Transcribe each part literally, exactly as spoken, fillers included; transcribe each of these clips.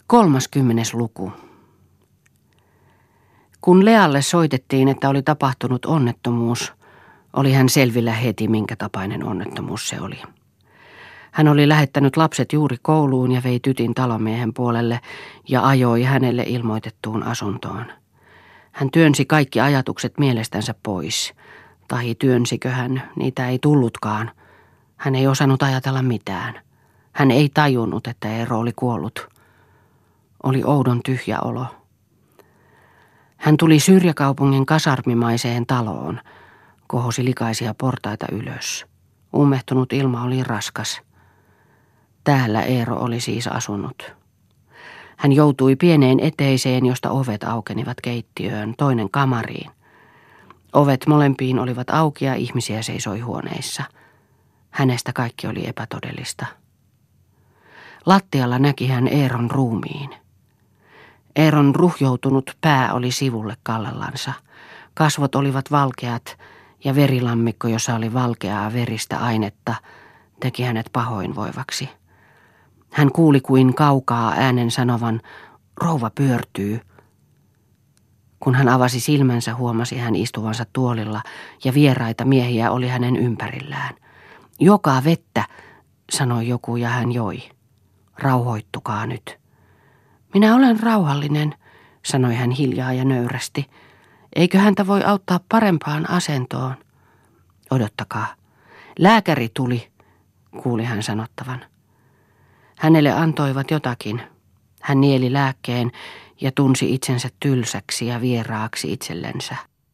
Kolmaskymmenes luku. Kun Lealle soitettiin, että oli tapahtunut onnettomuus, oli hän selvillä heti, minkä tapainen onnettomuus se oli. Hän oli lähettänyt lapset juuri kouluun ja vei tytin talonmiehen puolelle ja ajoi hänelle ilmoitettuun asuntoon. Hän työnsi kaikki ajatukset mielestänsä pois. Tai työnsikö hän, niitä ei tullutkaan. Hän ei osannut ajatella mitään. Hän ei tajunnut, että Eero oli kuollut. Oli oudon tyhjä olo. Hän tuli syrjäkaupungin kasarmimaiseen taloon, kohosi likaisia portaita ylös. Ummehtunut ilma oli raskas. Täällä Eero oli siis asunut. Hän joutui pieneen eteiseen, josta ovet aukenivat keittiöön, toinen kamariin. Ovet molempiin olivat auki ja ihmisiä seisoi huoneissa. Hänestä kaikki oli epätodellista. Lattialla näki hän Eeron ruumiin. Eeron ruhjoutunut pää oli sivulle kallellansa. Kasvot olivat valkeat ja verilammikko, jossa oli valkeaa veristä ainetta, teki hänet pahoinvoivaksi. Hän kuuli kuin kaukaa äänen sanovan, rouva pyörtyy. Kun hän avasi silmänsä, huomasi hän istuvansa tuolilla ja vieraita miehiä oli hänen ympärillään. Joka vettä, sanoi joku ja hän joi. Rauhoittukaa nyt. Minä olen rauhallinen, sanoi hän hiljaa ja nöyrästi. Eikö häntä voi auttaa parempaan asentoon? Odottakaa. Lääkäri tuli, kuuli hän sanottavan. Hänelle antoivat jotakin. Hän nieli lääkkeen ja tunsi itsensä tylsäksi ja vieraaksi itsellensä.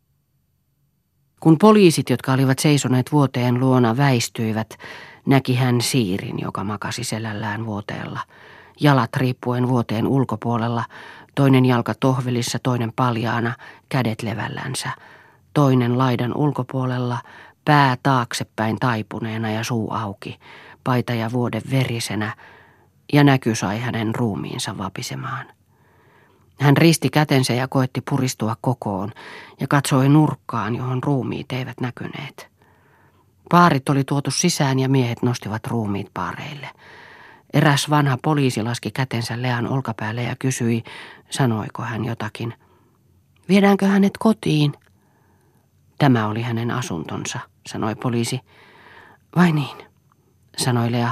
Kun poliisit, jotka olivat seisoneet vuoteen luona, väistyivät, näki hän siirin, joka makasi selällään vuoteella. Jalat riippuen vuoteen ulkopuolella, toinen jalka tohvelissa, toinen paljaana, kädet levällänsä. Toinen laidan ulkopuolella, pää taaksepäin taipuneena ja suu auki, paita ja vuode verisenä, ja näky sai hänen ruumiinsa vapisemaan. Hän risti kätensä ja koetti puristua kokoon ja katsoi nurkkaan, johon ruumiit eivät näkyneet. Paarit oli tuotu sisään ja miehet nostivat ruumiit paareille. Eräs vanha poliisi laski kätensä Lean olkapäälle ja kysyi, sanoiko hän jotakin. Viedäänkö hänet kotiin? Tämä oli hänen asuntonsa, sanoi poliisi. Vai niin, sanoi Lea.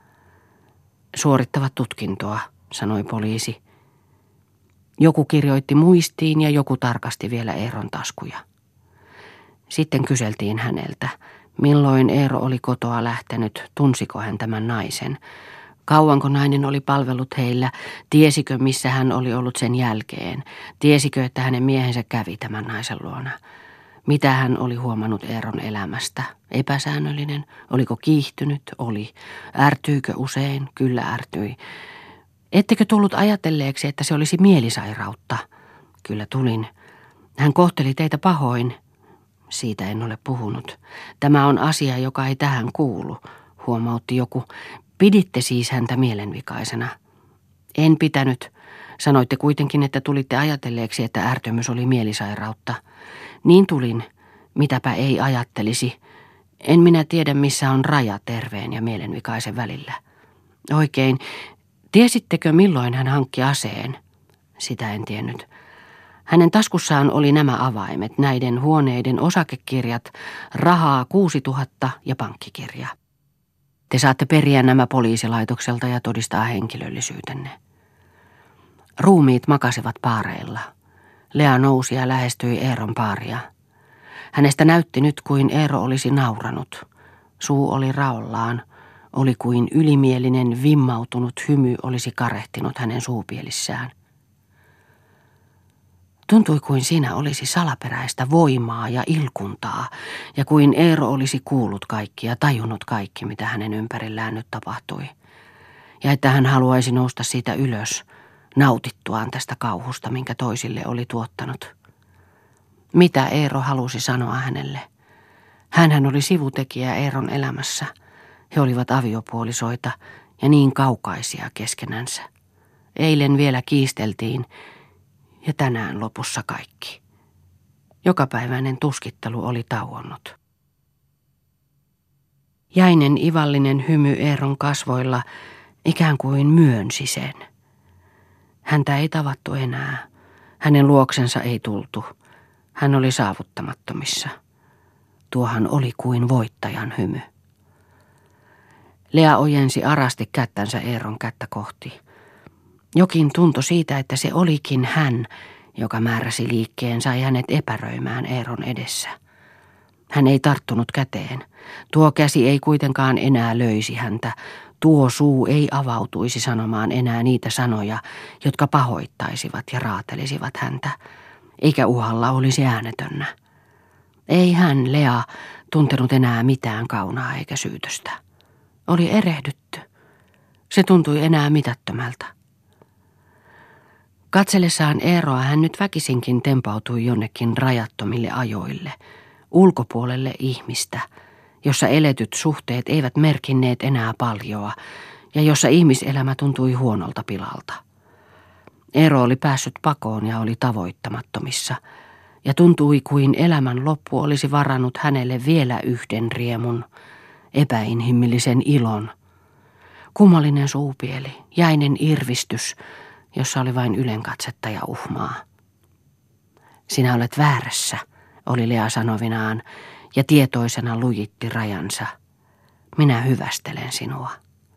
Suorittavat tutkintoa, sanoi poliisi. Joku kirjoitti muistiin ja joku tarkasti vielä Eeron taskuja. Sitten kyseltiin häneltä, milloin Eero oli kotoa lähtenyt, tunsiko hän tämän naisen. Kauanko nainen oli palvellut heillä, tiesikö missä hän oli ollut sen jälkeen, tiesikö että hänen miehensä kävi tämän naisen luona. Mitä hän oli huomannut Eeron elämästä? Epäsäännöllinen? Oliko kiihtynyt? Oli. Ärtyykö usein? Kyllä ärtyi. Ettekö tullut ajatelleeksi, että se olisi mielisairautta? Kyllä tulin. Hän kohteli teitä pahoin. Siitä en ole puhunut. Tämä on asia, joka ei tähän kuulu, huomautti joku. Piditte siis häntä mielenvikaisena. En pitänyt. Sanoitte kuitenkin, että tulitte ajatelleeksi, että ärtymys oli mielisairautta. Niin tulin. Mitäpä ei ajattelisi. En minä tiedä, missä on raja terveen ja mielenvikaisen välillä. Oikein. Tiesittekö, milloin hän hankki aseen? Sitä en tiennyt. Hänen taskussaan oli nämä avaimet, näiden huoneiden osakekirjat, rahaa kuusituhatta ja pankkikirja. Te saatte periä nämä poliisilaitokselta ja todistaa henkilöllisyytenne. Ruumiit makasivat paareilla. Lea nousi ja lähestyi Eeron paaria. Hänestä näytti nyt kuin Eero olisi nauranut. Suu oli raollaan. Oli kuin ylimielinen, vimmautunut hymy olisi karehtinut hänen suupielissään. Tuntui kuin siinä olisi salaperäistä voimaa ja ilkuntaa, ja kuin Eero olisi kuullut kaikki ja tajunnut kaikki, mitä hänen ympärillään nyt tapahtui. Ja että hän haluaisi nousta siitä ylös, nautittuaan tästä kauhusta, minkä toisille oli tuottanut. Mitä Eero halusi sanoa hänelle? Hänhän oli sivutekijä Eeron elämässä. He olivat aviopuolisoita ja niin kaukaisia keskenänsä. Eilen vielä kiisteltiin ja tänään lopussa kaikki. Jokapäiväinen tuskittelu oli tauonnut. Jäinen ivallinen hymy Eeron kasvoilla ikään kuin myönsi sen. Häntä ei tavattu enää. Hänen luoksensa ei tultu. Hän oli saavuttamattomissa. Tuohan oli kuin voittajan hymy. Lea ojensi arasti kättänsä Eeron kättä kohti. Jokin tunto siitä, että se olikin hän, joka määräsi liikkeen, sai hänet epäröimään Eeron edessä. Hän ei tarttunut käteen. Tuo käsi ei kuitenkaan enää löisi häntä. Tuo suu ei avautuisi sanomaan enää niitä sanoja, jotka pahoittaisivat ja raatelisivat häntä, eikä uhalla olisi äänetönnä. Ei hän, Lea, tuntenut enää mitään kaunaa eikä syytöstä. Oli erehdytty. Se tuntui enää mitättömältä. Katsellessaan Eeroa hän nyt väkisinkin tempautui jonnekin rajattomille ajoille, ulkopuolelle ihmistä, jossa eletyt suhteet eivät merkinneet enää paljoa ja jossa ihmiselämä tuntui huonolta pilalta. Eero oli päässyt pakoon ja oli tavoittamattomissa, ja tuntui kuin elämän loppu olisi varannut hänelle vielä yhden riemun, epäinhimillisen ilon. Kummallinen suupieli, jäinen irvistys, jossa oli vain ylenkatsetta ja uhmaa. Sinä olet väärässä, oli Lea sanovinaan, ja tietoisena lujitti rajansa. Minä hyvästelen sinua.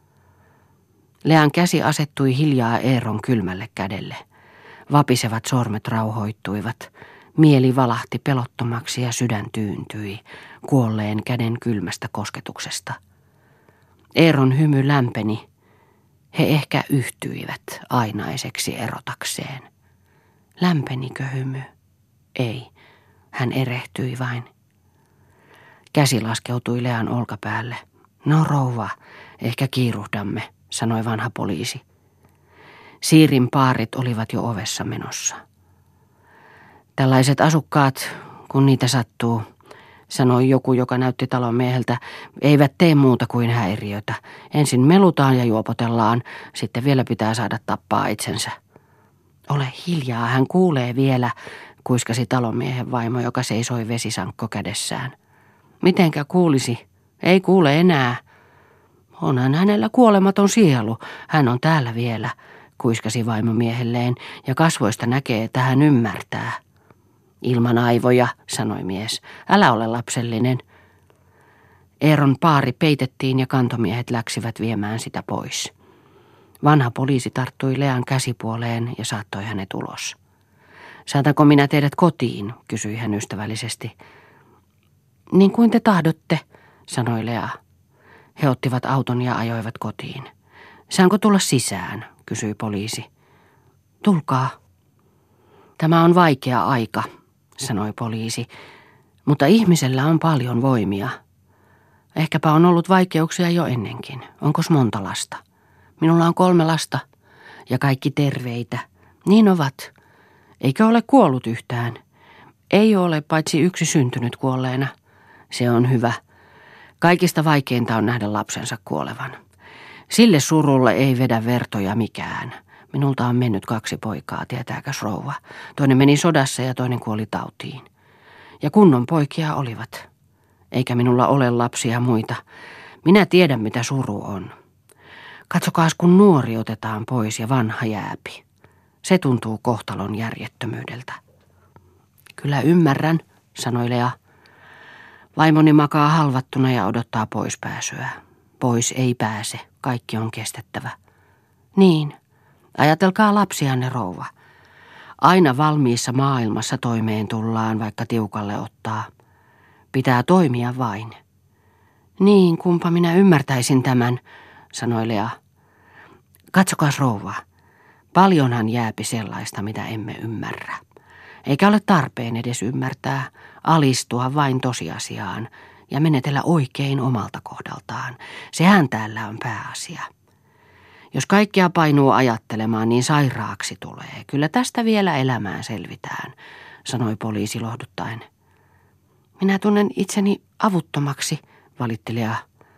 Lean käsi asettui hiljaa Eeron kylmälle kädelle. Vapisevat sormet rauhoittuivat. Mieli valahti pelottomaksi ja sydän tyyntyi kuolleen käden kylmästä kosketuksesta. Eeron hymy lämpeni. He ehkä yhtyivät ainaiseksi erotakseen. Lämpenikö hymy? Ei. Hän erehtyi vain. Käsi laskeutui Lean olkapäälle. No rouva, ehkä kiiruhdamme, sanoi vanha poliisi. Siirin paarit olivat jo ovessa menossa. Tällaiset asukkaat, kun niitä sattuu, sanoi joku, joka näytti talonmieheltä, eivät tee muuta kuin häiriötä. Ensin melutaan ja juopotellaan, sitten vielä pitää saada tappaa itsensä. Ole hiljaa, hän kuulee vielä, kuiskasi talonmiehen vaimo, joka seisoi vesisankko kädessään. Mitenkä kuulisi? Ei kuule enää. Onhan hänellä kuolematon sielu, hän on täällä vielä, kuiskasi vaimo miehelleen, ja kasvoista näkee, että hän ymmärtää. Ilman aivoja, sanoi mies, älä ole lapsellinen. Eeron paari peitettiin ja kantomiehet läksivät viemään sitä pois. Vanha poliisi tarttui Lean käsipuoleen ja saattoi hänet ulos. Saatanko minä teidät kotiin, kysyi hän ystävällisesti. Niin kuin te tahdotte, sanoi Lea. He ottivat auton ja ajoivat kotiin. Saanko tulla sisään, kysyi poliisi. Tulkaa. Tämä on vaikea aika, sanoi poliisi, mutta ihmisellä on paljon voimia. Ehkäpä on ollut vaikeuksia jo ennenkin. Onkos monta lasta? Minulla on kolme lasta ja kaikki terveitä. Niin ovat. Eikö ole kuollut yhtään? Ei ole, paitsi yksi syntynyt kuolleena. Se on hyvä. Kaikista vaikeinta on nähdä lapsensa kuolevan. Sille surulle ei vedä vertoja mikään. Minulta on mennyt kaksi poikaa, tietääkäs rouva. Toinen meni sodassa ja toinen kuoli tautiin. Ja kunnon poikia olivat. Eikä minulla ole lapsia muita. Minä tiedän, mitä suru on. Katsokaas, kun nuori otetaan pois ja vanha jääpi. Se tuntuu kohtalon järjettömyydeltä. Kyllä ymmärrän, sanoi Lea. Vaimoni makaa halvattuna ja odottaa poispääsyä. Pois ei pääse, kaikki on kestettävä. Niin, ajatelkaa lapsianne rouva. Aina valmiissa maailmassa toimeen tullaan, vaikka tiukalle ottaa. Pitää toimia vain. Niin, kumpa minä ymmärtäisin tämän, sanoi Lea. Katsokaas rouva, paljonhan jääpi sellaista, mitä emme ymmärrä. Eikä ole tarpeen edes ymmärtää, alistua vain tosiasiaan ja menetellä oikein omalta kohdaltaan. Sehän täällä on pääasia. Jos kaikkea painuu ajattelemaan, niin sairaaksi tulee. Kyllä tästä vielä elämään selvitään, sanoi poliisi lohduttaen. Minä tunnen itseni avuttomaksi, valitti Lea.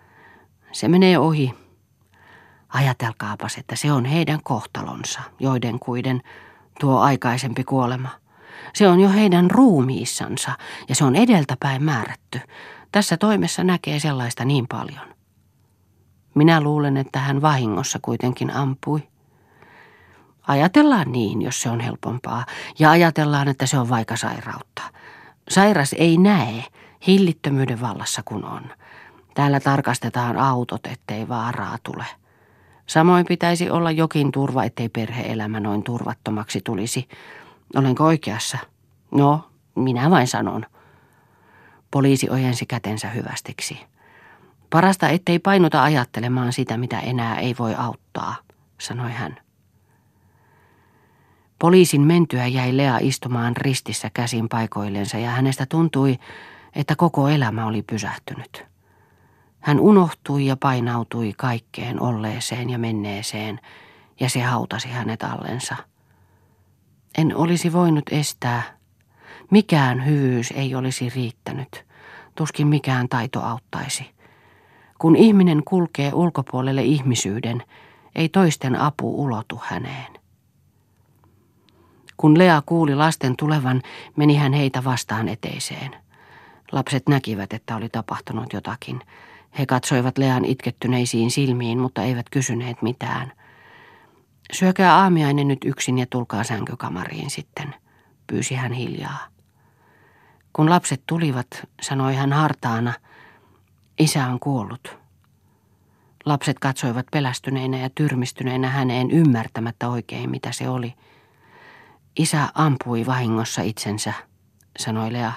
Se menee ohi. Ajatelkaapas, että se on heidän kohtalonsa, joiden kuiden tuo aikaisempi kuolema. Se on jo heidän ruumiissansa ja se on edeltäpäin määrätty. Tässä toimessa näkee sellaista niin paljon. Minä luulen, että hän vahingossa kuitenkin ampui. Ajatellaan niin, jos se on helpompaa, ja ajatellaan, että se on vaikka sairautta. Sairas ei näe, hillittömyyden vallassa kun on. Täällä tarkastetaan autot, ettei vaaraa tule. Samoin pitäisi olla jokin turva, ettei perhe-elämä noin turvattomaksi tulisi. Olenko oikeassa? No, minä vain sanon. Poliisi ojensi kätensä hyvästiksi. Parasta, ettei painuta ajattelemaan sitä, mitä enää ei voi auttaa, sanoi hän. Poliisin mentyä jäi Lea istumaan ristissä käsin paikoillensa ja hänestä tuntui, että koko elämä oli pysähtynyt. Hän unohtui ja painautui kaikkeen olleeseen ja menneeseen, ja se hautasi hänet allensa. En olisi voinut estää. Mikään hyvyys ei olisi riittänyt. Tuskin mikään taito auttaisi. Kun ihminen kulkee ulkopuolelle ihmisyyden, ei toisten apu ulotu häneen. Kun Lea kuuli lasten tulevan, meni hän heitä vastaan eteiseen. Lapset näkivät, että oli tapahtunut jotakin. He katsoivat Lean itkettyneisiin silmiin, mutta eivät kysyneet mitään. Syökää aamiainen nyt yksin ja tulkaa sänkykamariin sitten, pyysi hän hiljaa. Kun lapset tulivat, sanoi hän hartaana, isä on kuollut. Lapset katsoivat pelästyneinä ja tyrmistyneinä häneen ymmärtämättä oikein, mitä se oli. Isä ampui vahingossa itsensä, sanoi Lea.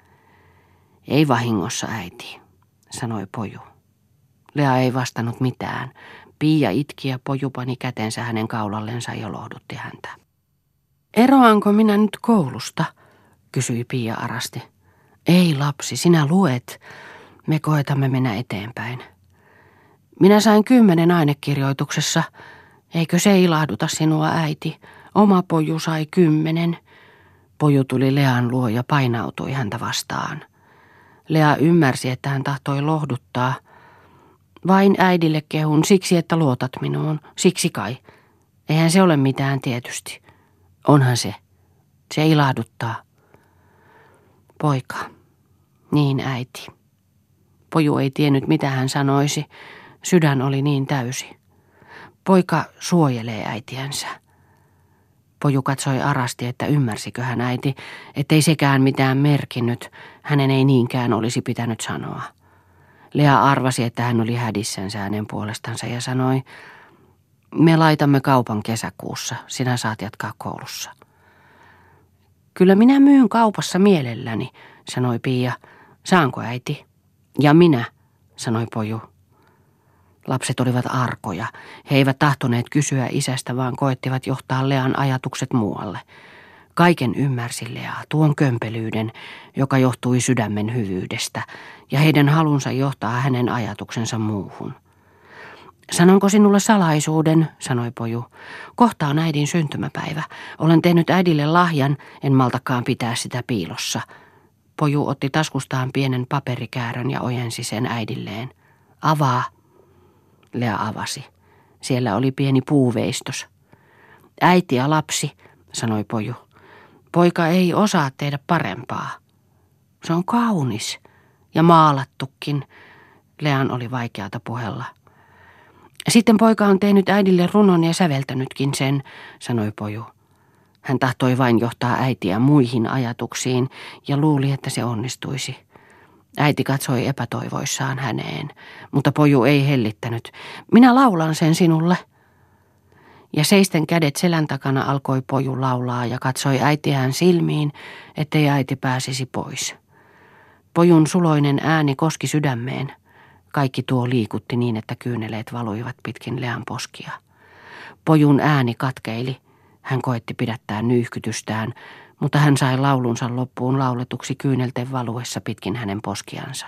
Ei vahingossa, äiti, sanoi Poju. Lea ei vastannut mitään. Pia itki ja Poju pani kätensä hänen kaulallensa ja lohdutti häntä. Eroanko minä nyt koulusta, kysyi Pia arasti. Ei lapsi, sinä luet. Me koetamme mennä eteenpäin. Minä sain kymmenen ainekirjoituksessa. Eikö se ilahduta sinua, äiti? Oma Poju sai kymmenen. Poju tuli Lean luo ja painautui häntä vastaan. Lea ymmärsi, että hän tahtoi lohduttaa. Vain äidille kehun siksi, että luotat minuun. Siksi kai. Eihän se ole mitään tietysti. Onhan se. Se ilahduttaa. Poika. Niin äiti. Poju ei tiennyt, mitä hän sanoisi. Sydän oli niin täysi. Poika suojelee äitiänsä. Poju katsoi arasti, että ymmärsikö hän äiti, ettei sekään mitään merkinnyt. Hänen ei niinkään olisi pitänyt sanoa. Lea arvasi, että hän oli hädissänsä hänen puolestansa ja sanoi, me laitamme kaupan kesäkuussa, sinä saat jatkaa koulussa. Kyllä minä myyn kaupassa mielelläni, sanoi Pia. Saanko äiti? Ja minä, sanoi Poju. Lapset olivat arkoja. He eivät tahtoneet kysyä isästä, vaan koettivat johtaa Lean ajatukset muualle. Kaiken ymmärsi Lea, tuon kömpelyyden, joka johtui sydämen hyvyydestä, ja heidän halunsa johtaa hänen ajatuksensa muuhun. Sanonko sinulle salaisuuden, sanoi Poju. Kohta on äidin syntymäpäivä. Olen tehnyt äidille lahjan, en maltakaan pitää sitä piilossa. Poju otti taskustaan pienen paperikäärön ja ojensi sen äidilleen. Avaa. Lea avasi. Siellä oli pieni puuveistos. Äiti ja lapsi, sanoi Poju. Poika ei osaa tehdä parempaa. Se on kaunis ja maalattukin. Lean oli vaikeata puhella. Sitten poika on tehnyt äidille runon ja säveltänytkin sen, sanoi Poju. Hän tahtoi vain johtaa äitiä muihin ajatuksiin ja luuli, että se onnistuisi. Äiti katsoi epätoivoissaan häneen, mutta Poju ei hellittänyt. Minä laulan sen sinulle. Ja seisten kädet selän takana alkoi Poju laulaa ja katsoi äitiään silmiin, ettei äiti pääsisi pois. Pojun suloinen ääni koski sydämeen. Kaikki tuo liikutti niin, että kyyneleet valuivat pitkin Lean poskia. Pojun ääni katkeili. Hän koetti pidättää nyyhkytystään, mutta hän sai laulunsa loppuun lauletuksi kyynelten valuessa pitkin hänen poskiansa.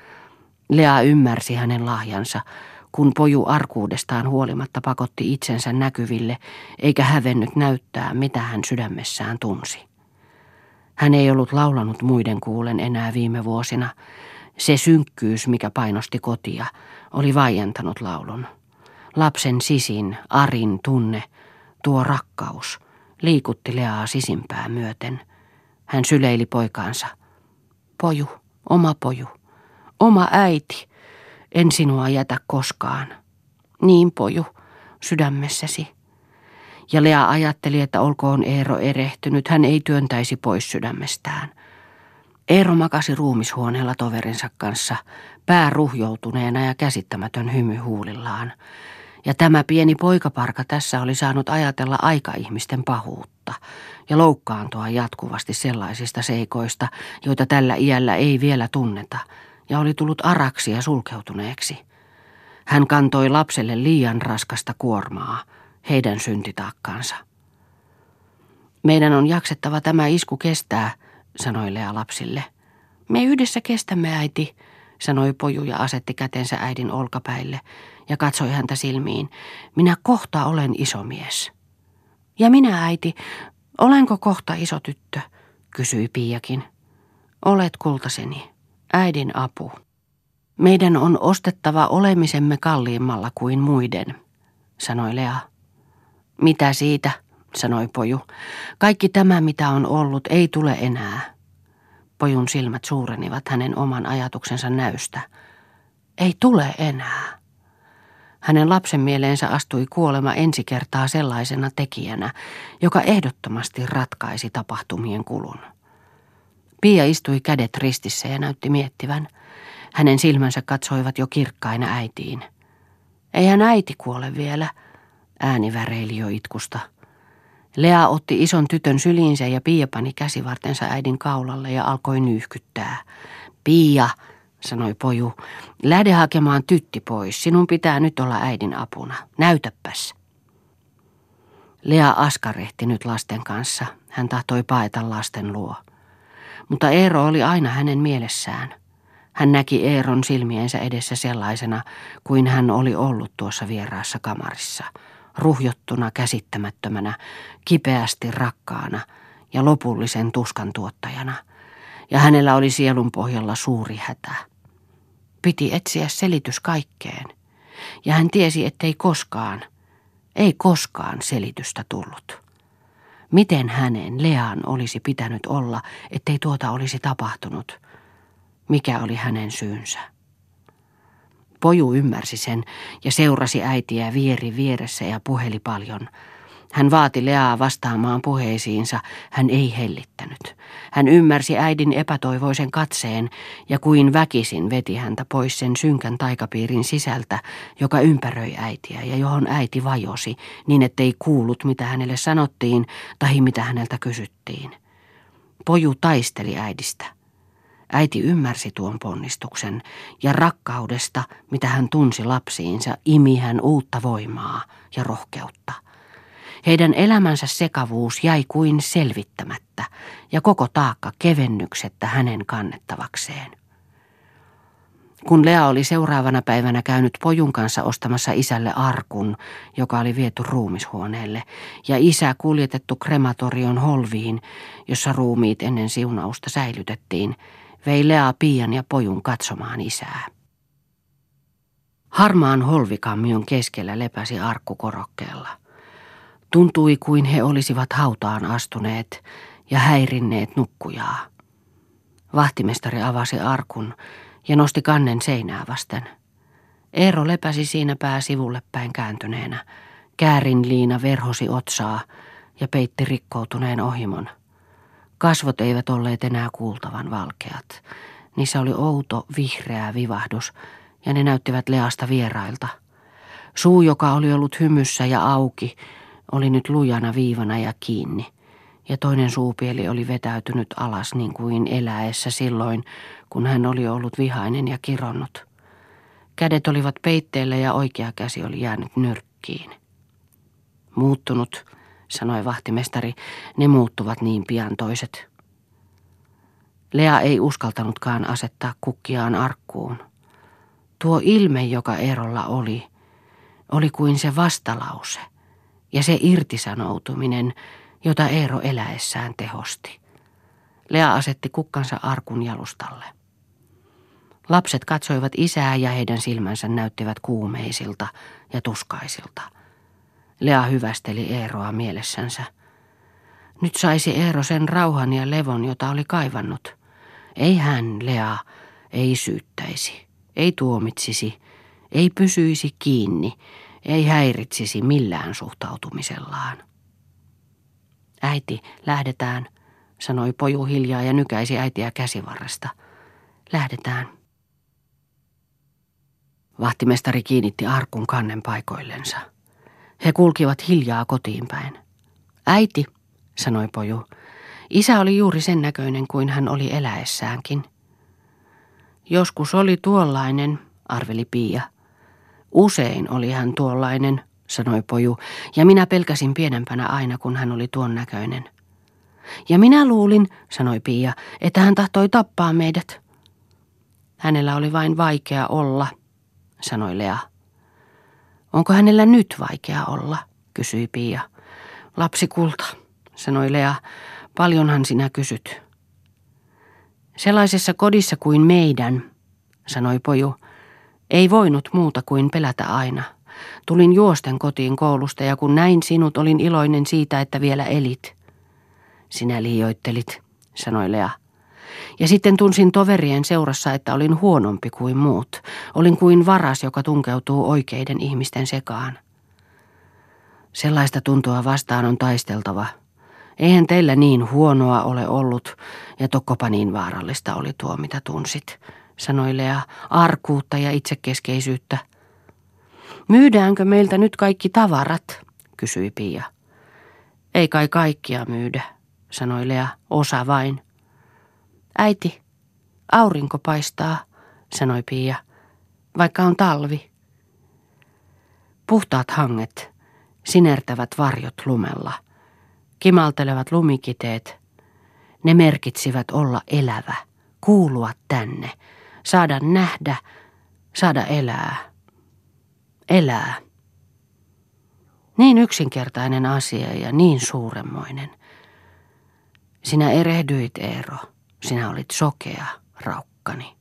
Lea ymmärsi hänen lahjansa, kun Poju arkuudestaan huolimatta pakotti itsensä näkyville, eikä hävennyt näyttää, mitä hän sydämessään tunsi. Hän ei ollut laulanut muiden kuulen enää viime vuosina. Se synkkyys, mikä painosti kotia, oli vaientanut laulun. Lapsen sisin, arin tunne, tuo rakkaus, liikutti Leaa sisimpää myöten. Hän syleili poikaansa. Poju, oma Poju, oma äiti, en sinua jätä koskaan. Niin Poju, sydämessäsi. Ja Lea ajatteli, että olkoon Eero erehtynyt, hän ei työntäisi pois sydämestään. Eero makasi ruumishuoneella toverinsa kanssa, pää ruhjoutuneena ja käsittämätön hymy huulillaan. Ja tämä pieni poikaparka tässä oli saanut ajatella aikaihmisten pahuutta ja loukkaantua jatkuvasti sellaisista seikoista, joita tällä iällä ei vielä tunneta, ja oli tullut araksi ja sulkeutuneeksi. Hän kantoi lapselle liian raskasta kuormaa, heidän syntitaakkansa. Meidän on jaksettava tämä isku kestää, sanoi Lea lapsille. Me yhdessä kestämme, äiti, sanoi poju ja asetti kätensä äidin olkapäille ja katsoi häntä silmiin. Minä kohta olen iso mies. Ja minä, äiti, olenko kohta iso tyttö, kysyi Piiakin. Olet, kultaseni, äidin apu. Meidän on ostettava olemisemme kalliimmalla kuin muiden, sanoi Lea. Mitä siitä, sanoi poju. Kaikki tämä, mitä on ollut, ei tule enää. Pojun silmät suurenivat hänen oman ajatuksensa näystä. Ei tule enää. Hänen lapsen mieleensä astui kuolema ensi kertaa sellaisena tekijänä, joka ehdottomasti ratkaisi tapahtumien kulun. Pia istui kädet ristissä ja näytti miettivän. Hänen silmänsä katsoivat jo kirkkaina äitiin. Eihän äiti kuole vielä, ääni väreili jo itkusta. Lea otti ison tytön syliinsä ja Pia pani käsivartensa äidin kaulalle ja alkoi nyyhkyttää. Pia, sanoi poju, lähde hakemaan tytti pois. Sinun pitää nyt olla äidin apuna. Näytäpäs. Lea askarehti nyt lasten kanssa. Hän tahtoi paeta lasten luo. Mutta Eero oli aina hänen mielessään. Hän näki Eeron silmiensä edessä sellaisena kuin hän oli ollut tuossa vieraassa kamarissa. Ruhjottuna, käsittämättömänä, kipeästi rakkaana ja lopullisen tuskan tuottajana. Ja hänellä oli sielun pohjalla suuri hätä. Piti etsiä selitys kaikkeen. Ja hän tiesi, ettei koskaan, ei koskaan selitystä tullut. Miten hänen, Lean, olisi pitänyt olla, ettei tuota olisi tapahtunut? Mikä oli hänen syynsä? Poju ymmärsi sen ja seurasi äitiä vieri vieressä ja puheli paljon. Hän vaati Leaa vastaamaan puheisiinsa, hän ei hellittänyt. Hän ymmärsi äidin epätoivoisen katseen ja kuin väkisin veti häntä pois sen synkän taikapiirin sisältä, joka ympäröi äitiä ja johon äiti vajosi, niin ettei kuullut mitä hänelle sanottiin tai mitä häneltä kysyttiin. Poju taisteli äidistä. Äiti ymmärsi tuon ponnistuksen ja rakkaudesta, mitä hän tunsi lapsiinsa, imi hän uutta voimaa ja rohkeutta. Heidän elämänsä sekavuus jäi kuin selvittämättä ja koko taakka kevennyksettä hänen kannettavakseen. Kun Lea oli seuraavana päivänä käynyt pojun kanssa ostamassa isälle arkun, joka oli viety ruumishuoneelle, ja isä kuljetettu krematorion holviin, jossa ruumiit ennen siunausta säilytettiin, vei Lea Pian ja pojun katsomaan isää. Harmaan holvikammion keskellä lepäsi arkku korokkeella. Tuntui kuin he olisivat hautaan astuneet ja häirinneet nukkujaa. Vahtimestari avasi arkun ja nosti kannen seinää vasten. Eero lepäsi siinä pää sivulle päin kääntyneenä. Käärinliina verhosi otsaa ja peitti rikkoutuneen ohimon. Kasvot eivät olleet enää kuultavan valkeat. Niissä oli outo, vihreä vivahdus ja ne näyttivät Leasta vierailta. Suu, joka oli ollut hymyssä ja auki, oli nyt lujana viivana ja kiinni, ja toinen suupieli oli vetäytynyt alas niin kuin eläessä silloin, kun hän oli ollut vihainen ja kironnut. Kädet olivat peitteellä ja oikea käsi oli jäänyt nyrkkiin. Muuttunut, sanoi vahtimestari, ne muuttuvat niin pian toiset. Lea ei uskaltanutkaan asettaa kukkiaan arkkuun. Tuo ilme, joka Eerolla oli, oli kuin se vastalause ja se irtisanoutuminen, jota Eero eläessään tehosti. Lea asetti kukkansa arkun jalustalle. Lapset katsoivat isää ja heidän silmänsä näyttivät kuumeisilta ja tuskaisilta. Lea hyvästeli Eeroa mielessänsä. Nyt saisi Eero sen rauhan ja levon, jota oli kaivannut. Ei hän, Lea, ei syyttäisi, ei tuomitsisi, ei pysyisi kiinni, ei häiritsisi millään suhtautumisellaan. Äiti, lähdetään, sanoi poju hiljaa ja nykäisi äitiä käsivarresta. Lähdetään. Vahtimestari kiinnitti arkun kannen paikoillensa. He kulkivat hiljaa kotiin päin. Äiti, sanoi poju. Isä oli juuri sen näköinen kuin hän oli eläessäänkin. Joskus oli tuollainen, arveli Pia. Usein oli hän tuollainen, sanoi poju, ja minä pelkäsin pienempänä aina, kun hän oli tuon näköinen. Ja minä luulin, sanoi Pia, että hän tahtoi tappaa meidät. Hänellä oli vain vaikea olla, sanoi Lea. Onko hänellä nyt vaikea olla, kysyi Pia. Lapsikulta, sanoi Lea, paljonhan sinä kysyt. Sellaisessa kodissa kuin meidän, sanoi poju, ei voinut muuta kuin pelätä aina. Tulin juosten kotiin koulusta ja kun näin sinut, olin iloinen siitä, että vielä elit. Sinä liioittelit, sanoi Lea. Ja sitten tunsin toverien seurassa, että olin huonompi kuin muut. Olin kuin varas, joka tunkeutuu oikeiden ihmisten sekaan. Sellaista tuntua vastaan on taisteltava. Eihän teillä niin huonoa ole ollut, ja tokkopa niin vaarallista oli tuo, mitä tunsit, sanoi Lea, arkuutta ja itsekeskeisyyttä. Myydäänkö meiltä nyt kaikki tavarat, kysyi Pia. Ei kai kaikkia myydä, sanoi Lea, osa vain. Äiti, aurinko paistaa, sanoi Pia, vaikka on talvi. Puhtaat hanget, sinertävät varjot lumella, kimaltelevat lumikiteet, ne merkitsivät olla elävä, kuulua tänne, saada nähdä, saada elää. Elää. Niin yksinkertainen asia ja niin suuremmoinen. Sinä erehdyit, Eero. Sinä olit sokea, raukkani.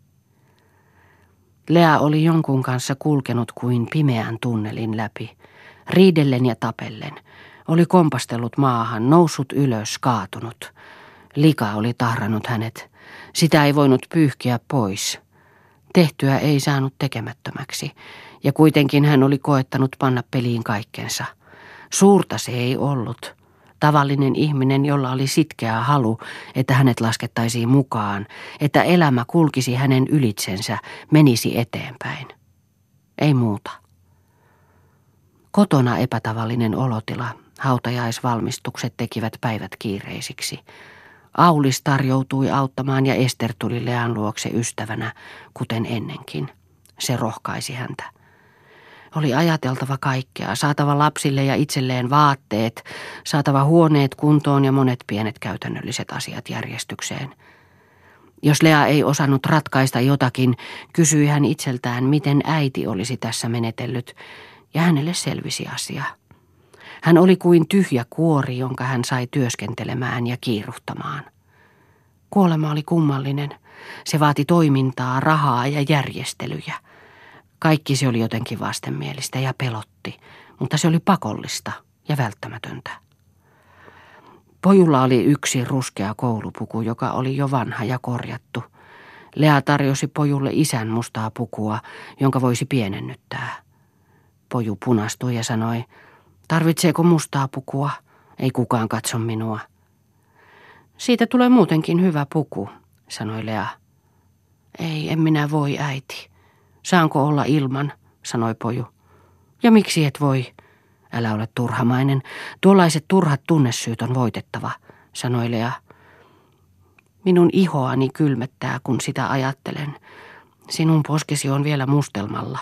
Lea oli jonkun kanssa kulkenut kuin pimeän tunnelin läpi, riidellen ja tapellen. Oli kompastellut maahan, noussut ylös, kaatunut. Lika oli tahrannut hänet. Sitä ei voinut pyyhkiä pois. Tehtyä ei saanut tekemättömäksi, ja kuitenkin hän oli koettanut panna peliin kaikkensa. Suurta se ei ollut. Tavallinen ihminen, jolla oli sitkeä halu, että hänet laskettaisiin mukaan, että elämä kulkisi hänen ylitsensä, menisi eteenpäin. Ei muuta. Kotona epätavallinen olotila, hautajaisvalmistukset tekivät päivät kiireisiksi. Aulis tarjoutui auttamaan ja Ester tuli Lean luokse ystävänä, kuten ennenkin. Se rohkaisi häntä. Oli ajateltava kaikkea, saatava lapsille ja itselleen vaatteet, saatava huoneet kuntoon ja monet pienet käytännölliset asiat järjestykseen. Jos Lea ei osannut ratkaista jotakin, kysyi hän itseltään, miten äiti olisi tässä menetellyt, ja hänelle selvisi asia. Hän oli kuin tyhjä kuori, jonka hän sai työskentelemään ja kiiruhtamaan. Kuolema oli kummallinen. Se vaati toimintaa, rahaa ja järjestelyjä. Kaikki se oli jotenkin vastenmielistä ja pelotti, mutta se oli pakollista ja välttämätöntä. Pojulla oli yksi ruskea koulupuku, joka oli jo vanha ja korjattu. Lea tarjosi pojulle isän mustaa pukua, jonka voisi pienennyttää. Poju punastui ja sanoi, tarvitseeko mustaa pukua? Ei kukaan katso minua. Siitä tulee muutenkin hyvä puku, sanoi Lea. Ei, en minä voi, äiti. Saanko olla ilman, sanoi poju. Ja miksi et voi? Älä ole turhamainen. Tuollaiset turhat tunnesyyt on voitettava, sanoi Lea. Minun ihoani kylmettää, kun sitä ajattelen. Sinun poskesi on vielä mustelmalla.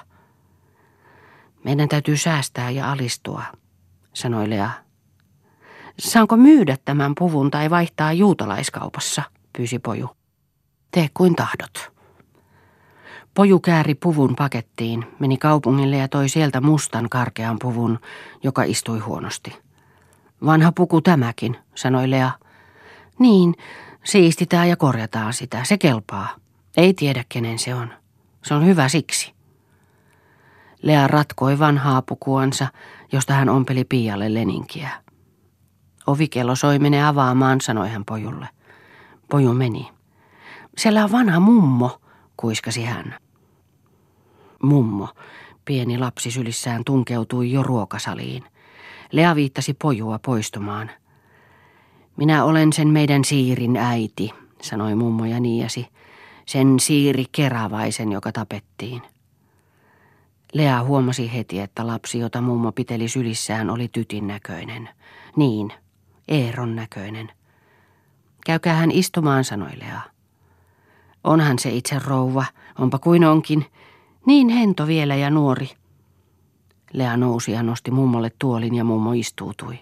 Meidän täytyy säästää ja alistua, sanoi Lea. Saanko myydä tämän puvun tai vaihtaa juutalaiskaupassa, pyysi poju. Tee kuin tahdot. Poju kääri puvun pakettiin, meni kaupungille ja toi sieltä mustan karkean puvun, joka istui huonosti. Vanha puku tämäkin, sanoi Lea. Niin, siistitään ja korjataan sitä, se kelpaa. Ei tiedä kenen se on. Se on hyvä siksi. Lea ratkoi vanhaa pukuansa, josta hän ompeli Pialle leninkiä. Ovikello soi mene avaamaan, sanoi hän pojulle. Poju meni. Siellä on vanha mummo, kuiskasi hän. Mummo, pieni lapsi sylissään tunkeutui jo ruokasaliin. Lea viittasi pojua poistumaan. Minä olen sen meidän Siirin äiti, sanoi mummo ja niiasi. Sen Siiri Keravaisen, joka tapettiin. Lea huomasi heti, että lapsi, jota mummo piteli sylissään, oli tytin näköinen. Niin, Eeron näköinen. Käykää hän istumaan, sanoi Lea. Onhan se itse rouva, onpa kuin onkin. Niin hento vielä ja nuori. Lea nousi ja nosti mummolle tuolin ja mummo istuutui.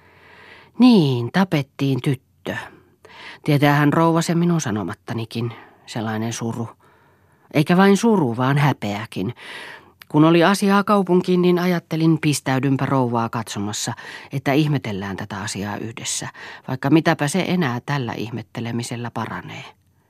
Niin, tapettiin tyttö. Tietäähän rouva sen minun sanomattanikin, sellainen suru. Eikä vain suru, vaan häpeäkin. Kun oli asiaa kaupunkiin, niin ajattelin pistäydynpä rouvaa katsomassa, että ihmetellään tätä asiaa yhdessä, vaikka mitäpä se enää tällä ihmettelemisellä paranee.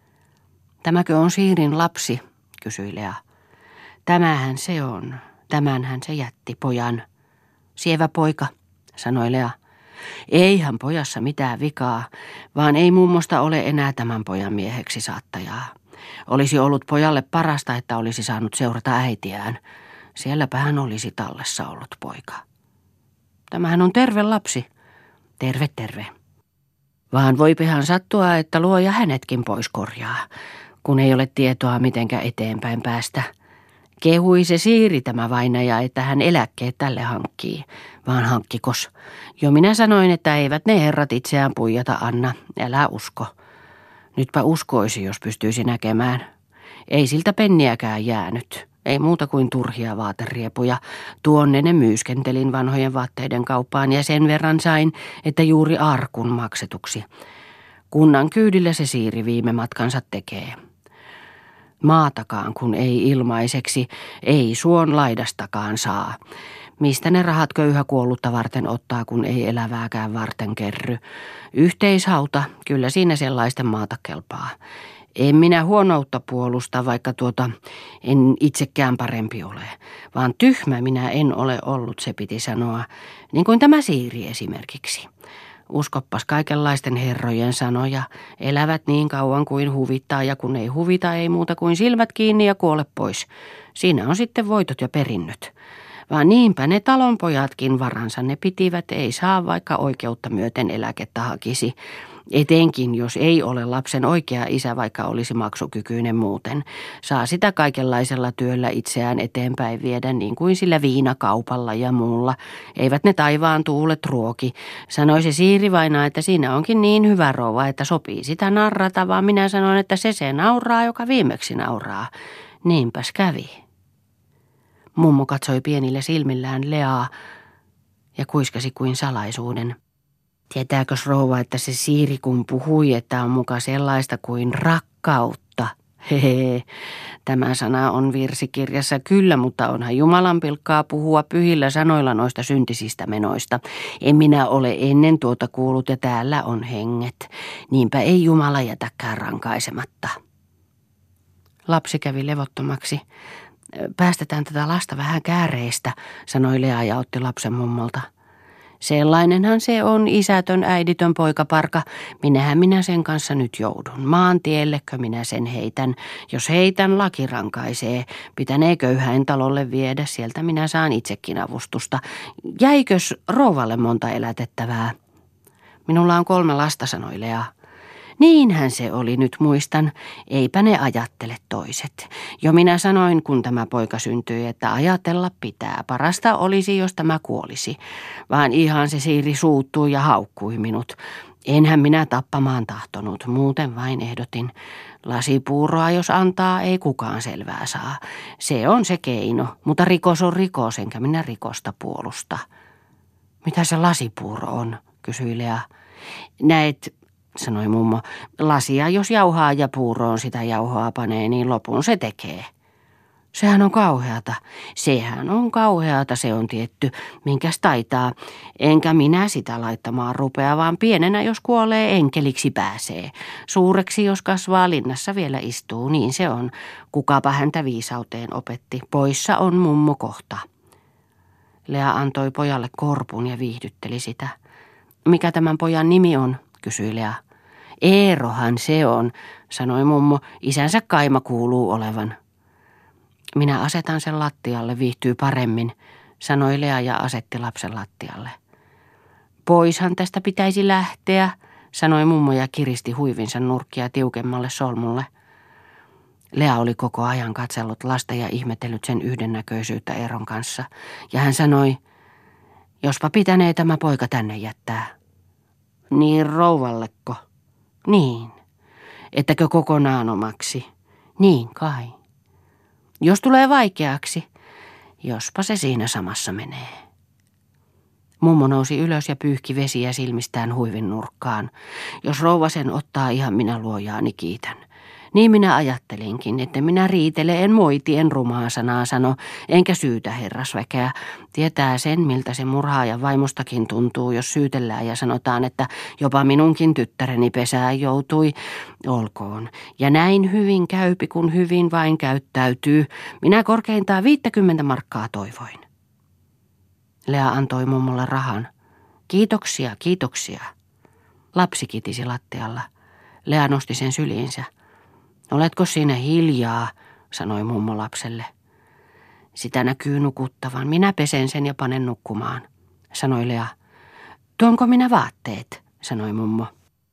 Tämäkö on Siirin lapsi, kysyi Lea. Tämähän se on, tämänhän se jätti pojan. Sievä poika, sanoi Lea. Eihän pojassa mitään vikaa, vaan ei mummosta ole enää tämän pojan mieheksi saattajaa. Olisi ollut pojalle parasta, että olisi saanut seurata äitiään. Sielläpä hän olisi tallessa ollut poika. Tämähän on terve lapsi. Terve, terve. Vaan voipihan sattua, että luoja hänetkin pois korjaa, kun ei ole tietoa mitenkä eteenpäin päästä. Kehui se Siiri tämä vainaja, että hän eläkkeet tälle hankkii, vaan hankkikos. Jo minä sanoin, että eivät ne herrat itseään puijata anna, älä usko. Nytpä uskoisi, jos pystyisi näkemään. Ei siltä penniäkään jäänyt, ei muuta kuin turhia vaateriepuja. Tuonne ne myyskentelin vanhojen vaatteiden kauppaan ja sen verran sain, että juuri arkun maksetuksi. Kunnan kyydillä se Siiri viime matkansa tekee. Maatakaan kun ei ilmaiseksi, ei suon laidastakaan saa. Mistä ne rahat köyhä kuollutta varten ottaa, kun ei elävääkään varten kerry? Yhteishauta, kyllä siinä sellaisten maata kelpaa. En minä huonoutta puolusta, vaikka tuota en itsekään parempi ole, vaan tyhmä minä en ole ollut, se piti sanoa, niin kuin tämä Siiri esimerkiksi. Uskoppas kaikenlaisten herrojen sanoja, elävät niin kauan kuin huvittaa ja kun ei huvita ei muuta kuin silmät kiinni ja kuole pois. Siinä on sitten voitot ja perinnöt. Vaan niinpä ne talonpojatkin varansa ne pitivät, ei saa vaikka oikeutta myöten eläkettä hakisi. Etenkin jos ei ole lapsen oikea isä, vaikka olisi maksukykyinen muuten. Saa sitä kaikenlaisella työllä itseään eteenpäin viedä niin kuin sillä viinakaupalla ja muulla. Eivät ne taivaan tuulet ruoki. Sanoi se Siiri vainaa, että siinä onkin niin hyvä rouva, että sopii sitä narrata, vaan minä sanoin, että se se nauraa, joka viimeksi nauraa. Niinpäs kävi. Mummo katsoi pienillä silmillään Leaa ja kuiskasi kuin salaisuuden. Tietääkös rouva, että se Siiri kun puhui, että on muka sellaista kuin rakkautta? Hehe, tämä sana on virsikirjassa kyllä, mutta onhan Jumalan pilkkaa puhua pyhillä sanoilla noista syntisistä menoista. En minä ole ennen tuota kuullut ja täällä on henget. Niinpä ei Jumala jätäkään rankaisematta. Lapsi kävi levottomaksi. Päästetään tätä lasta vähän kääreistä, sanoi Lea ja otti lapsen mummolta. Sellainenhan se on, isätön äiditön poikaparka. Minähän minä sen kanssa nyt joudun. Maantiellekö minä sen heitän? Jos heitän, laki rankaisee. Pitänee köyhäin talolle viedä, sieltä minä saan itsekin avustusta. Jäikös rouvalle monta elätettävää? Minulla on kolme lasta, sanoi Lea. Niinhän se oli, nyt muistan. Eipä ne ajattele toiset. Jo minä sanoin, kun tämä poika syntyi, että ajatella pitää. Parasta olisi, jos tämä kuolisi. Vaan ihan se Siiri suuttui ja haukkui minut. Enhän minä tappamaan tahtonut, muuten vain ehdotin. Lasipuuroa jos antaa, ei kukaan selvää saa. Se on se keino, mutta rikos on rikos, enkä minä rikosta puolusta. Mitä se lasipuuro on, kysyi Lea. Näet, sanoi mummo, lasia jos jauhaa ja puuroon sitä jauhoa panee, niin lopun se tekee. Sehän on kauheata. Sehän on kauheata, se on tietty. Minkäs taitaa. Enkä minä sitä laittamaan rupea, vaan pienenä jos kuolee enkeliksi pääsee. Suureksi jos kasvaa linnassa vielä istuu, niin se on. Kukapa häntä viisauteen opetti. Poissa on mummo kohta. Lea antoi pojalle korpun ja viihdytteli sitä. Mikä tämän pojan nimi on, kysyi Lea. Eerohan se on, sanoi mummo. Isänsä kaima kuuluu olevan. Minä asetan sen lattialle, viihtyy paremmin, sanoi Lea ja asetti lapsen lattialle. Poishan tästä pitäisi lähteä, sanoi mummo ja kiristi huivinsa nurkkia tiukemmalle solmulle. Lea oli koko ajan katsellut lasta ja ihmetellyt sen yhdennäköisyyttä Eeron kanssa, ja hän sanoi, jospa pitänee tämä poika tänne jättää. Niin rouvalleko? Niin. Ettäkö kokonaan omaksi? Niin kai. Jos tulee vaikeaksi, jospa se siinä samassa menee. Mummo nousi ylös ja pyyhki vesiä silmistään huivin nurkkaan. Jos rouva sen ottaa, ihan minä luojaani kiitän. Niin minä ajattelinkin, että minä riitele, en moiti, en rumaa sanaa sano, enkä syytä herrasväkeä. Tietää sen, miltä se murhaajan vaimostakin tuntuu, jos syytellään ja sanotaan, että jopa minunkin tyttäreni pesään joutui. Olkoon. Ja näin hyvin käypi, kun hyvin vain käyttäytyy. Minä korkeintaan viittäkymmentä markkaa toivoin. Lea antoi mummolle rahan. Kiitoksia, kiitoksia. Lapsi kitisi lattialla. Lea nosti sen syliinsä. Oletko siinä hiljaa, sanoi mummo lapselle. Sitä näkyy nukuttavan. Minä pesen sen ja panen nukkumaan, sanoi Lea. Tuonko minä vaatteet, sanoi mummo.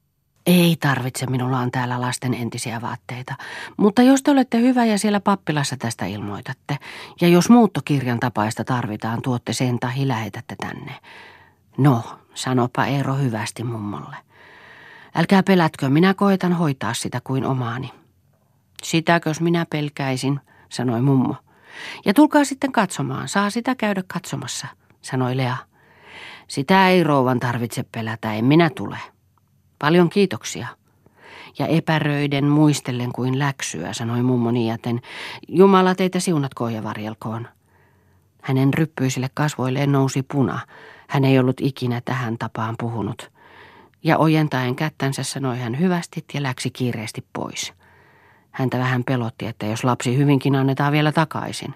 Ei tarvitse, minulla on täällä lasten entisiä vaatteita. Mutta jos te olette hyvä ja siellä pappilassa tästä ilmoitatte, ja jos muuttokirjan tapaista tarvitaan, tuotte sen tahi lähetätte tänne. No, sanopa Eero hyvästi mummolle. Älkää pelätkö, minä koetan hoitaa sitä kuin omaani. Sitäkös minä pelkäisin, sanoi mummo. Ja tulkaa sitten katsomaan, saa sitä käydä katsomassa, sanoi Lea. Sitä ei rouvan tarvitse pelätä, en minä tule. Paljon kiitoksia. Ja epäröiden muistellen kuin läksyä, sanoi mummo niijaten. Jumala teitä siunatkoon ja varjelkoon. Hänen ryppyisille kasvoilleen nousi puna. Hän ei ollut ikinä tähän tapaan puhunut. Ja ojentaen kättänsä sanoi hän hyvästit ja läksi kiireesti pois. Häntä vähän pelotti, että jos lapsi hyvinkin annetaan vielä takaisin.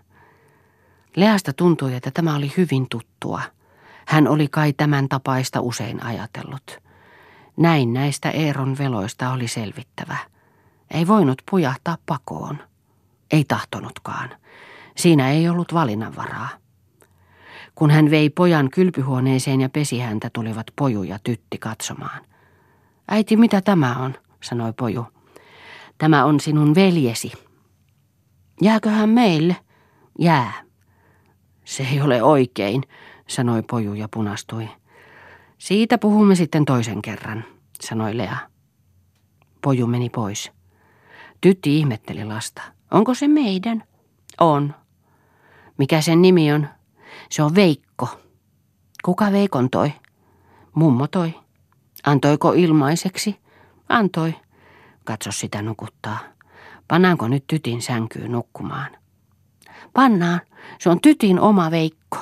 Leasta tuntui, että tämä oli hyvin tuttua. Hän oli kai tämän tapaista usein ajatellut. Näin näistä Eeron veloista oli selvittävä. Ei voinut pujahtaa pakoon. Ei tahtonutkaan. Siinä ei ollut valinnanvaraa. Kun hän vei pojan kylpyhuoneeseen ja pesi häntä, tulivat Poju ja tytti katsomaan. Äiti, mitä tämä on, sanoi Poju. Tämä on sinun veljesi. Jääköhän meille? Jää. Se ei ole oikein, sanoi Poju ja punastui. Siitä puhumme sitten toisen kerran, sanoi Lea. Poju meni pois. Tytti ihmetteli lasta. Onko se meidän? On. Mikä sen nimi on? Se on Veikko. Kuka Veikon toi? Mummo toi. Antoiko ilmaiseksi? Antoi. Katso sitä nukuttaa. Pannaanko nyt tytin sänkyyn nukkumaan? Pannaan. Se on tytin oma Veikko.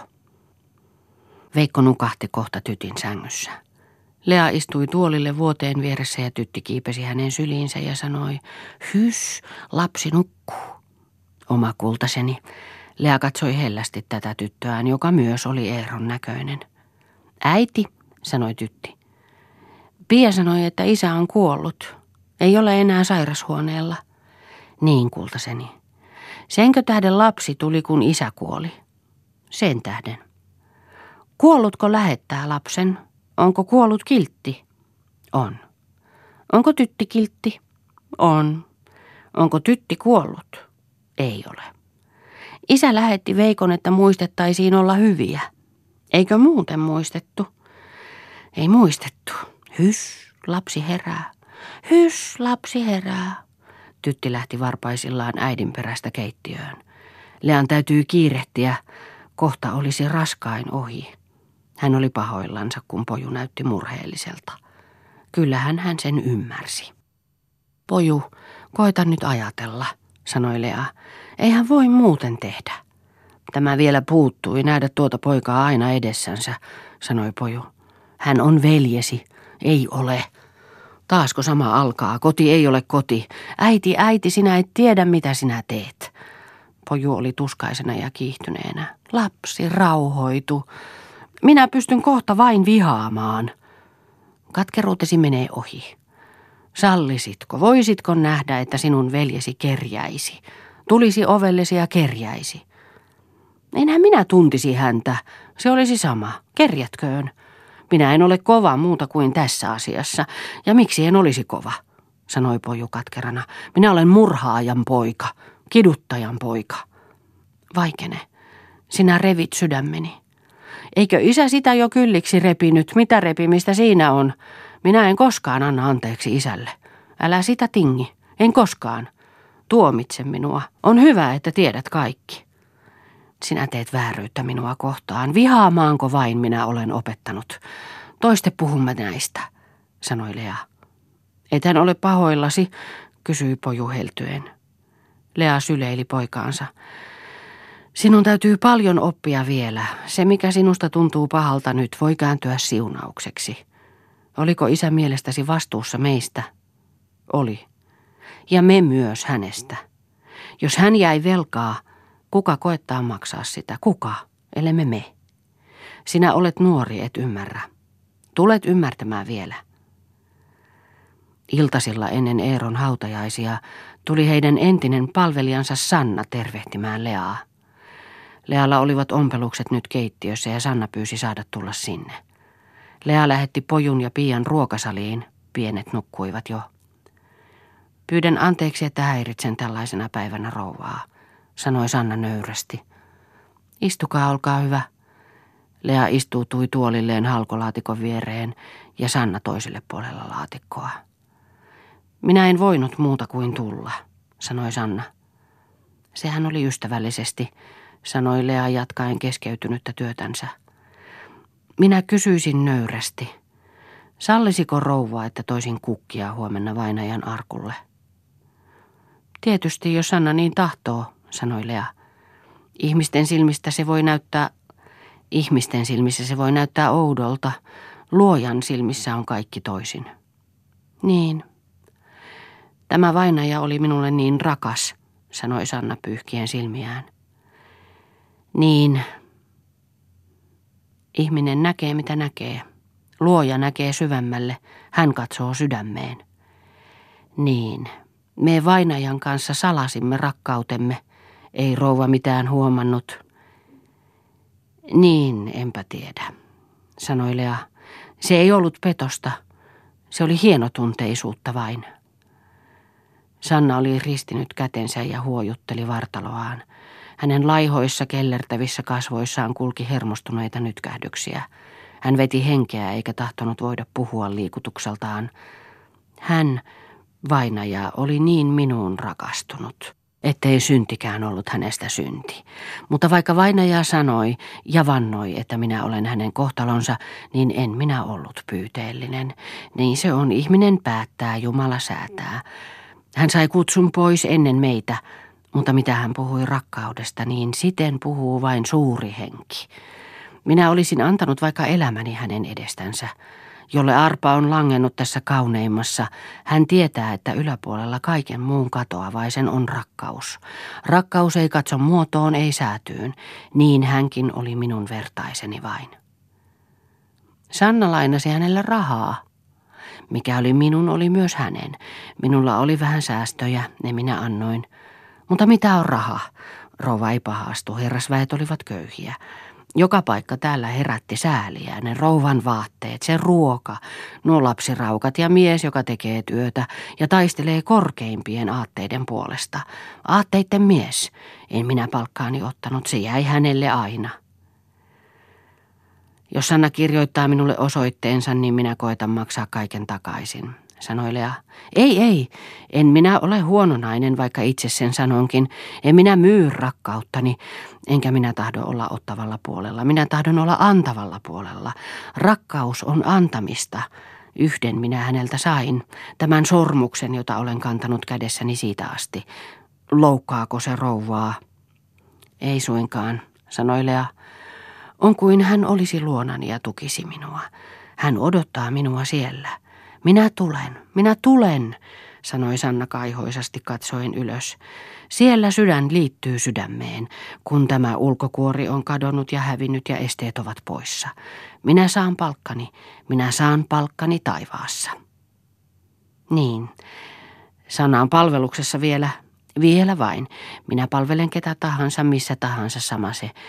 Veikko nukahti kohta tytin sängyssä. Lea istui tuolille vuoteen vieressä ja tytti kiipesi hänen syliinsä ja sanoi, hys, lapsi nukkuu. Oma kultaseni. Lea katsoi hellästi tätä tyttöään, joka myös oli Eeron näköinen. Äiti, sanoi tytti. Pia sanoi, että isä on kuollut. Ei ole enää sairashuoneella. Niin, kultaseni. Senkö tähden lapsi tuli, kun isä kuoli? Sen tähden. Kuollutko lähettää lapsen? Onko kuollut kiltti? On. Onko tytti kiltti? On. Onko tytti kuollut? Ei ole. Isä lähetti Veikon, että muistettaisiin olla hyviä. Eikö muuten muistettu? Ei muistettu. Hys, lapsi herää. Hys, lapsi herää. Tytti lähti varpaisillaan äidin perästä keittiöön. Lean täytyy kiirehtiä. Kohta olisi raskain ohi. Hän oli pahoillansa, kun Poju näytti murheelliselta. Kyllähän hän sen ymmärsi. Poju, koita nyt ajatella, sanoi Lea. Eihän voi muuten tehdä. Tämä vielä puuttui, nähdä tuota poikaa aina edessänsä, sanoi Poju. Hän on veljesi. Ei ole. Taasko sama alkaa? Koti ei ole koti. Äiti, äiti, sinä et tiedä, mitä sinä teet. Poju oli tuskaisena ja kiihtyneenä. Lapsi, rauhoitu. Minä pystyn kohta vain vihaamaan. Katkeruutesi menee ohi. Sallisitko, voisitko nähdä, että sinun veljesi kerjäisi? Tulisi ovellesi ja kerjäisi. Enhän minä tuntisi häntä. Se olisi sama. Kerjätköön. Minä en ole kova muuta kuin tässä asiassa. Ja miksi en olisi kova, sanoi poju katkerana. Minä olen murhaajan poika, kiduttajan poika. Vaikene, sinä revit sydämeni. Eikö isä sitä jo kylliksi repinyt? Mitä repimistä siinä on? Minä en koskaan anna anteeksi isälle. Älä sitä tingi, en koskaan. Tuomitse minua. On hyvä, että tiedät kaikki. Sinä teet vääryyttä minua kohtaan. Vihaamaanko vain minä olen opettanut? Toiste puhumme näistä, sanoi Lea. Et hän ole pahoillasi, kysyi poju heltyen. Lea syleili poikaansa. Sinun täytyy paljon oppia vielä. Se, mikä sinusta tuntuu pahalta nyt, voi kääntyä siunaukseksi. Oliko isä mielestäsi vastuussa meistä? Oli. Ja me myös hänestä. Jos hän jäi velkaa, kuka koettaa maksaa sitä? Kuka? Ellemme me. Sinä olet nuori, et ymmärrä. Tulet ymmärtämään vielä. Iltasilla ennen Eeron hautajaisia tuli heidän entinen palvelijansa Sanna tervehtimään Leaa. Lealla olivat ompelukset nyt keittiössä ja Sanna pyysi saada tulla sinne. Lea lähetti pojun ja Pian ruokasaliin. Pienet nukkuivat jo. Pyydän anteeksi, että häiritsen tällaisena päivänä rouvaa, sanoi Sanna nöyrästi. Istukaa, olkaa hyvä. Lea istuutui tuolilleen halkolaatikon viereen ja Sanna toiselle puolella laatikkoa. Minä en voinut muuta kuin tulla, sanoi Sanna. Sehän oli ystävällisesti, sanoi Lea jatkaen keskeytynyttä työtänsä. Minä kysyisin nöyrästi, sallisiko rouva, että toisin kukkia huomenna vainajan arkulle? Tietysti, jos Sanna niin tahtoo, sanoi Lea. Ihmisten silmistä se voi näyttää, ihmisten silmissä se voi näyttää oudolta. Luojan silmissä on kaikki toisin. Niin. Tämä vainaja oli minulle niin rakas, sanoi Sanna pyyhkien silmiään. Niin. Ihminen näkee mitä näkee. Luoja näkee syvemmälle, hän katsoo sydämeen. Niin, me vainajan kanssa salasimme rakkautemme, ei rouva mitään huomannut. Niin, enpä tiedä, sanoi Lea. Se ei ollut petosta, se oli hienotunteisuutta vain. Sanna oli ristinyt kätensä ja huojutteli vartaloaan. Hänen laihoissa kellertävissä kasvoissaan kulki hermostuneita nytkähdyksiä. Hän veti henkeä eikä tahtonut voida puhua liikutukseltaan. Hän, vainaja, oli niin minuun rakastunut, ettei syntikään ollut hänestä synti. Mutta vaikka vainaja sanoi ja vannoi, että minä olen hänen kohtalonsa, niin en minä ollut pyyteellinen. Niin se on, ihminen päättää, Jumala säätää. Hän sai kutsun pois ennen meitä, mutta mitä hän puhui rakkaudesta, niin siten puhuu vain suuri henki. Minä olisin antanut vaikka elämäni hänen edestänsä. Jolle arpa on langennut tässä kauneimmassa, hän tietää, että yläpuolella kaiken muun katoavaisen on rakkaus. Rakkaus ei katso muotoon, ei säätyyn. Niin hänkin oli minun vertaiseni vain. Sanna lainasi hänelle rahaa. Mikä oli minun, oli myös hänen. Minulla oli vähän säästöjä, ne minä annoin. Mutta mitä on raha? Rouva ei pahastu, herrasväet olivat köyhiä. Joka paikka täällä herätti sääliä, ne rouvan vaatteet, se ruoka, nuo lapsiraukat ja mies, joka tekee työtä ja taistelee korkeimpien aatteiden puolesta. Aatteiden mies, en minä palkkaani ottanut, se jäi hänelle aina. Jos Sanna kirjoittaa minulle osoitteensa, niin minä koetan maksaa kaiken takaisin, sanoi Lea. Ei, ei, en minä ole huono nainen, vaikka itse sen sanonkin. En minä myy rakkauttani, enkä minä tahdo olla ottavalla puolella. Minä tahdon olla antavalla puolella. Rakkaus on antamista. Yhden minä häneltä sain, tämän sormuksen, jota olen kantanut kädessäni siitä asti. Loukkaako se rouvaa? Ei suinkaan, sanoi Lea. On kuin hän olisi luonani ja tukisi minua. Hän odottaa minua siellä. Minä tulen, minä tulen, sanoi Sanna kaihoisasti katsoen ylös. Siellä sydän liittyy sydämeen, kun tämä ulkokuori on kadonnut ja hävinnyt ja esteet ovat poissa. Minä saan palkkani, minä saan palkkani taivaassa. Niin, Sanna on palveluksessa vielä, vielä vain. Minä palvelen ketä tahansa, missä tahansa sama se.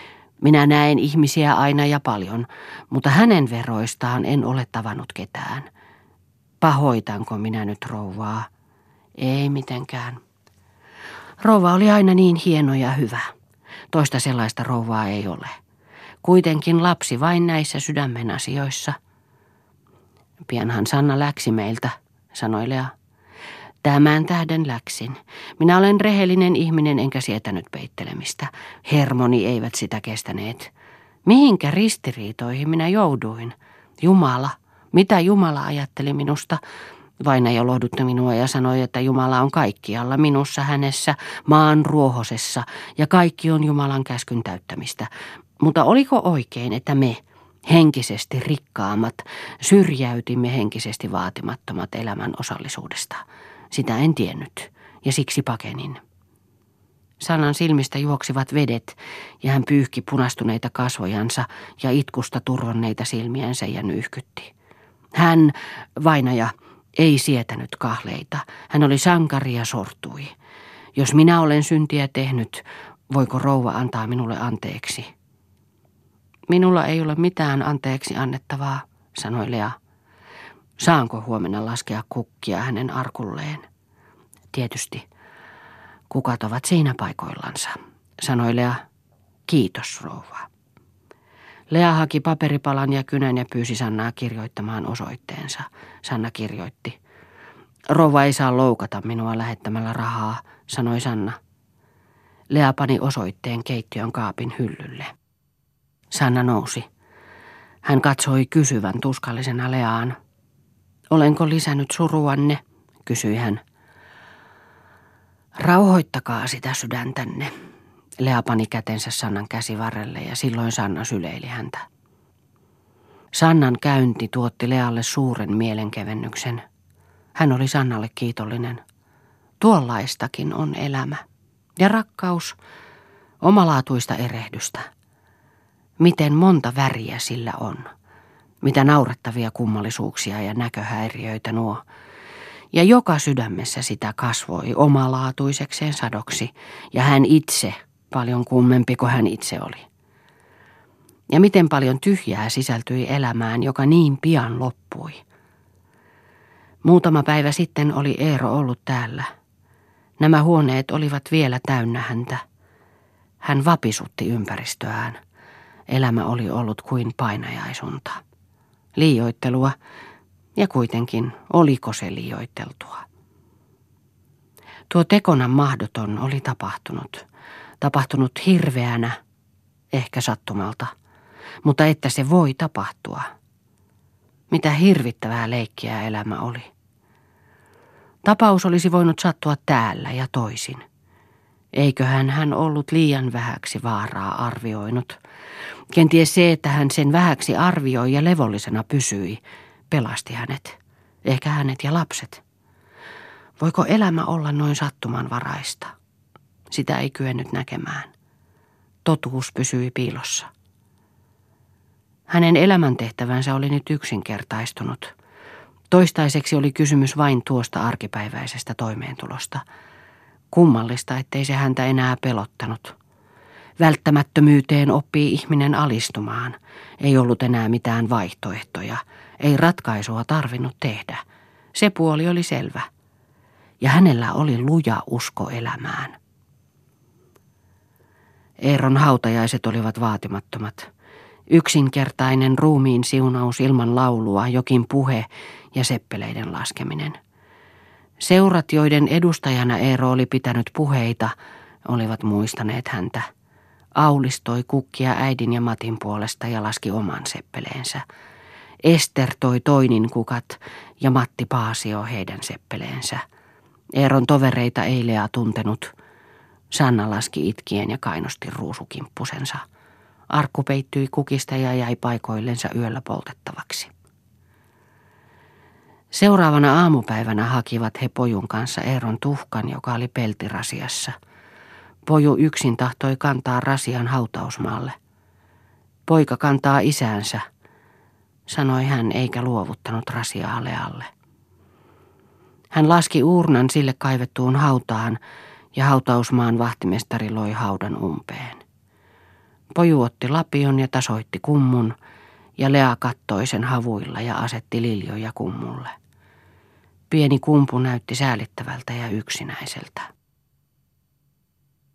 Minä näen ihmisiä aina ja paljon, mutta hänen veroistaan en ole tavannut ketään. Pahoitanko minä nyt rouvaa? Ei mitenkään. Rouva oli aina niin hieno ja hyvä. Toista sellaista rouvaa ei ole. Kuitenkin lapsi vain näissä sydämen asioissa. Pianhan Sanna läksi meiltä, sanoi Lea. Tämän tähden läksin. Minä olen rehellinen ihminen enkä sietänyt peittelemistä. Hermoni eivät sitä kestäneet. Mihinkä ristiriitoihin minä jouduin? Jumala, mitä Jumala ajatteli minusta? Vainaja lohdutti minua ja sanoi, että Jumala on kaikkialla, minussa, hänessä, maan ruohosessa, ja kaikki on Jumalan käskyn täyttämistä. Mutta oliko oikein, että me, henkisesti rikkaammat, syrjäytimme henkisesti vaatimattomat elämän osallisuudesta? Sitä en tiennyt, ja siksi pakenin. Sannan silmistä juoksivat vedet, ja hän pyyhki punastuneita kasvojansa ja itkusta turvonneita silmiänsä ja nyyhkytti. Hän, vainaja, ei sietänyt kahleita. Hän oli sankari ja sortui. Jos minä olen syntiä tehnyt, voiko rouva antaa minulle anteeksi? Minulla ei ole mitään anteeksi annettavaa, sanoi Lea. Saanko huomenna laskea kukkia hänen arkulleen? Tietysti. Kukat ovat siinä paikoillansa, sanoi Lea. Kiitos, rouva. Lea haki paperipalan ja kynän ja pyysi Sannaa kirjoittamaan osoitteensa. Sanna kirjoitti. Rouva ei saa loukata minua lähettämällä rahaa, sanoi Sanna. Lea pani osoitteen keittiön kaapin hyllylle. Sanna nousi. Hän katsoi kysyvän tuskallisena Leaan. Olenko lisännyt suruanne, kysyi hän. Rauhoittakaa sitä sydäntänne. Lea pani kätensä Sannan käsivarrelle ja silloin Sanna syleili häntä. Sannan käynti tuotti Lealle suuren mielenkevennyksen. Hän oli Sannalle kiitollinen. Tuollaistakin on elämä. Ja rakkaus, omalaatuista erehdystä. Miten monta väriä sillä on. Mitä naurettavia kummallisuuksia ja näköhäiriöitä nuo. Ja joka sydämessä sitä kasvoi omalaatuisekseen sadoksi, ja hän itse paljon kummempi kuin hän itse oli. Ja miten paljon tyhjää sisältyi elämään, joka niin pian loppui. Muutama päivä sitten oli Eero ollut täällä. Nämä huoneet olivat vielä täynnä häntä. Hän vapisutti ympäristöään. Elämä oli ollut kuin painajaisunta. Liioittelua, ja kuitenkin oliko se liioiteltua. Tuo tekonan mahdoton oli tapahtunut. Tapahtunut hirveänä, ehkä sattumalta, mutta että se voi tapahtua. Mitä hirvittävää leikkiä elämä oli. Tapaus olisi voinut sattua täällä ja toisin. Eiköhän hän ollut liian vähäksi vaaraa arvioinut. Kenties se, että hän sen vähäksi arvioi ja levollisena pysyi, pelasti hänet. Ehkä hänet ja lapset. Voiko elämä olla noin sattumanvaraista? Sitä ei kyennyt näkemään. Totuus pysyi piilossa. Hänen elämäntehtävänsä oli nyt yksinkertaistunut. Toistaiseksi oli kysymys vain tuosta arkipäiväisestä toimeentulosta. Kummallista, ettei se häntä enää pelottanut. Välttämättömyyteen oppii ihminen alistumaan. Ei ollut enää mitään vaihtoehtoja. Ei ratkaisua tarvinnut tehdä. Se puoli oli selvä. Ja hänellä oli luja usko elämään. Eeron hautajaiset olivat vaatimattomat. Yksinkertainen ruumiin siunaus ilman laulua, jokin puhe ja seppeleiden laskeminen. Seurat, joiden edustajana Eero oli pitänyt puheita, olivat muistaneet häntä. Aulistoi kukkia äidin ja Matin puolesta ja laski oman seppeleensä. Ester toi toinin kukat ja Matti paasio heidän seppeleensä. Eeron tovereita ei Lea tuntenut. Sanna laski itkien ja kainosti ruusukimppusensa. Arkku peittyi kukista ja jäi paikoillensa yöllä poltettavaksi. Seuraavana aamupäivänä hakivat he pojun kanssa Eeron tuhkan, joka oli peltirasiassa. Poju yksin tahtoi kantaa rasian hautausmaalle. Poika kantaa isäänsä, sanoi hän eikä luovuttanut rasiaa Lealle. Hän laski uurnan sille kaivettuun hautaan ja hautausmaan vahtimestari loi haudan umpeen. Poju otti lapion ja tasoitti kummun, ja Lea kattoi sen havuilla ja asetti liljoja kummulle. Pieni kumpu näytti säälittävältä ja yksinäiseltä.